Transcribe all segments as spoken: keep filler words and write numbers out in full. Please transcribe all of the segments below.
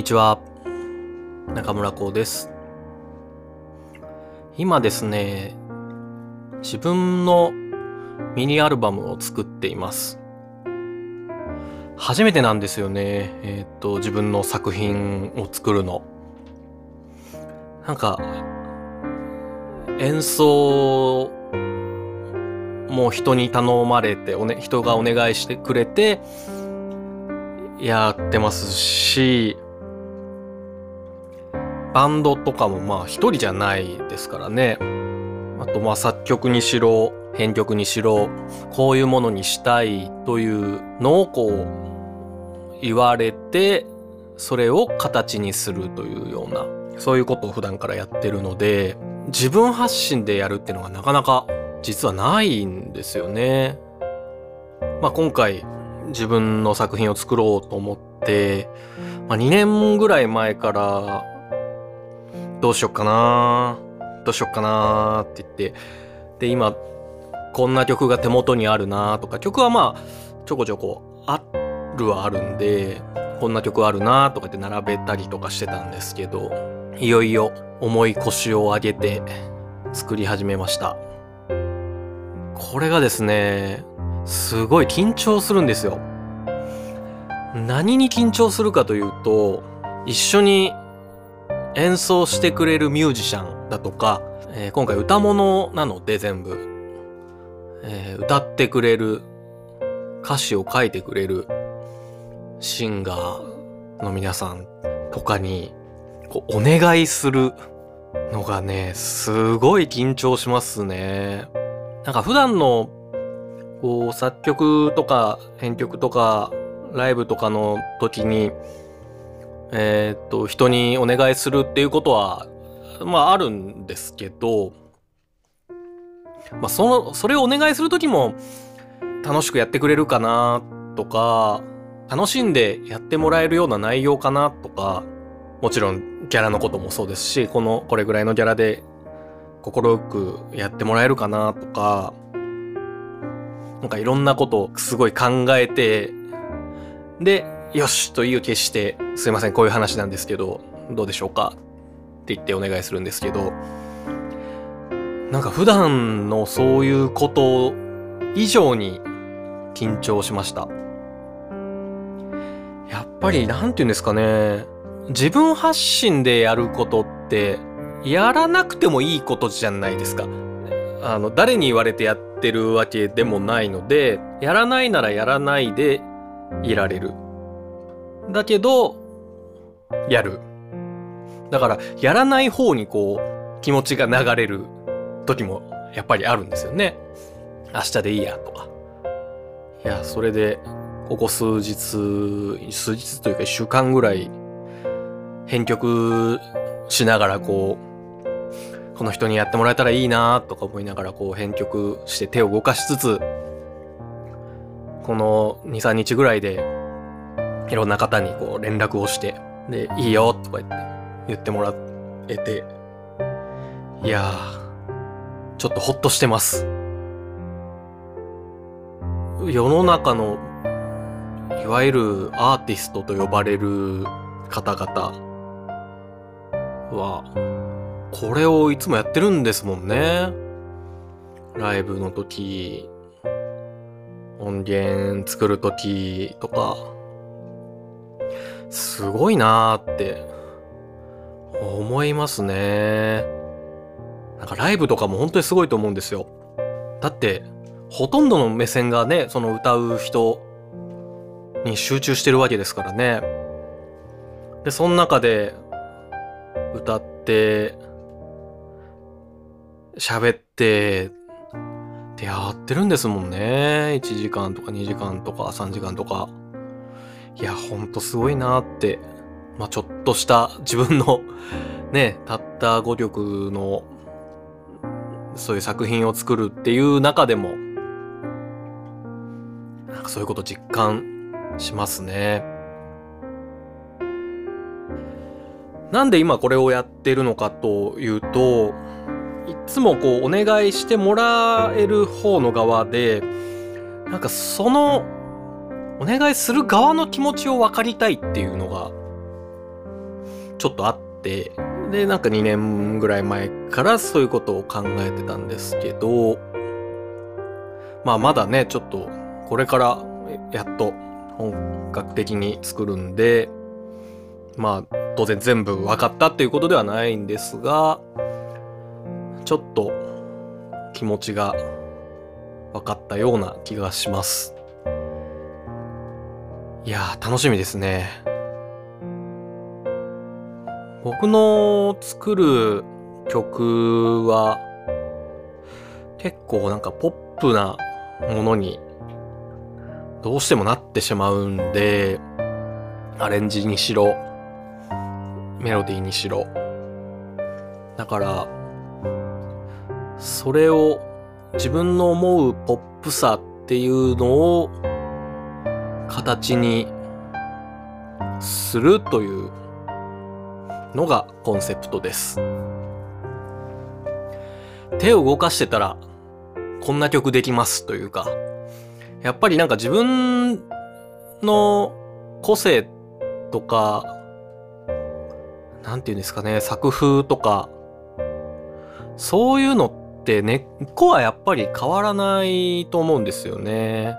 ちは、中村光です。今ですね、自分のミニアルバムを作っています。初めてなんですよね。えっと、自分の作品を作るの。なんか、演奏も人に頼まれて、おね、人がお願いしてくれて、やってますし、バンドとかもまあ一人じゃないですからね。あとまあ作曲にしろ、編曲にしろ、こういうものにしたいというのをこう言われて、それを形にするというような、そういうことを普段からやってるので、自分発信でやるっていうのがなかなか実はないんですよね。まあ今回自分の作品を作ろうと思って、まあにねんぐらい前からどうしよっかなどうしよっかなって言って、で今こんな曲が手元にあるなとか、曲はまあちょこちょこあるはあるんで、こんな曲あるなとかって並べたりとかしてたんですけど、いよいよ重い腰を上げて作り始めました。これがですね、すごい緊張するんですよ。何に緊張するかというと、一緒に演奏してくれるミュージシャンだとか、えー、今回歌物なので全部、えー、歌ってくれる、歌詞を書いてくれるシンガーの皆さんとかにこうお願いするのがね、すごい緊張しますね。なんか普段のこう作曲とか編曲とかライブとかの時にえー、っと人にお願いするっていうことはまああるんですけど、まあそのそれをお願いする時も楽しくやってくれるかなとか、楽しんでやってもらえるような内容かなとか、もちろんギャラのこともそうですし、このこれぐらいのギャラで心よくやってもらえるかなとか、なんかいろんなことをすごい考えて、で、よしという決して、すいませんこういう話なんですけど、どうでしょうかって言ってお願いするんですけど、なんか普段のそういうこと以上に緊張しました。やっぱりなんて言うんですかね、自分発信でやることってやらなくてもいいことじゃないですか。あの誰に言われてやってるわけでもないので、やらないならやらないでいられる。だけどやる。だからやらない方にこう気持ちが流れる時もやっぱりあるんですよね。明日でいいやとか。いや、それでここ数日数日というか一週間ぐらい編曲しながらこうこの人にやってもらえたらいいなとか思いながらこう編曲して手を動かしつつ、この にさんにちぐらいでいろんな方にこう連絡をして、でいいよとか言って言ってもらえて、いやーちょっとホッとしてます。世の中のいわゆるアーティストと呼ばれる方々はこれをいつもやってるんですもんね。ライブの時、音源作る時とか、すごいなーって思いますね。なんかライブとかも本当にすごいと思うんですよ。だってほとんどの目線がね、その歌う人に集中してるわけですからね。でその中で歌って喋ってってやってるんですもんね。いちじかんとかにじかんとかさんじかんとか。いやほんとすごいなって、まあちょっとした自分のね、たったごきょくのそういう作品を作るっていう中でも、なんかそういうこと実感しますね。なんで今これをやってるのかというと、いつもこうお願いしてもらえる方の側で、なんかそのお願いする側の気持ちを分かりたいっていうのがちょっとあって、で、なんかにねんぐらい前からそういうことを考えてたんですけど、まあまだね、ちょっとこれからやっと本格的に作るんで、まあ当然全部分かったっていうことではないんですが、ちょっと気持ちが分かったような気がします。いやー、楽しみですね。僕の作る曲は結構なんかポップなものにどうしてもなってしまうんで、アレンジにしろメロディーにしろ、だからそれを自分の思うポップさっていうのを形にするというのがコンセプトです。手を動かしてたらこんな曲できますというか、やっぱりなんか自分の個性とか、なんていうんですかね、作風とか、そういうのって根っこはやっぱり変わらないと思うんですよね。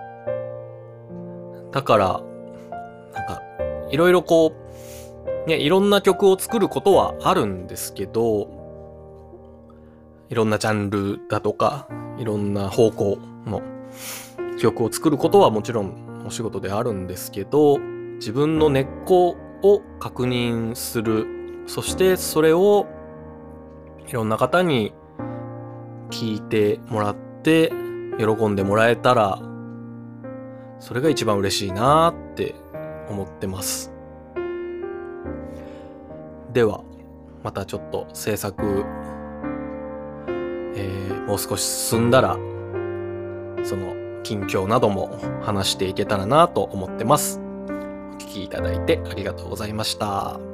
だから、なんか、いろいろこう、ね、いろんな曲を作ることはあるんですけど、いろんなジャンルだとか、いろんな方向の曲を作ることはもちろんお仕事であるんですけど、自分の根っこを確認する。そしてそれをいろんな方に聞いてもらって喜んでもらえたら、それが一番嬉しいなーって思ってます。ではまたちょっと制作、えー、もう少し進んだらその近況なども話していけたらなと思ってます。お聞きいただいてありがとうございました。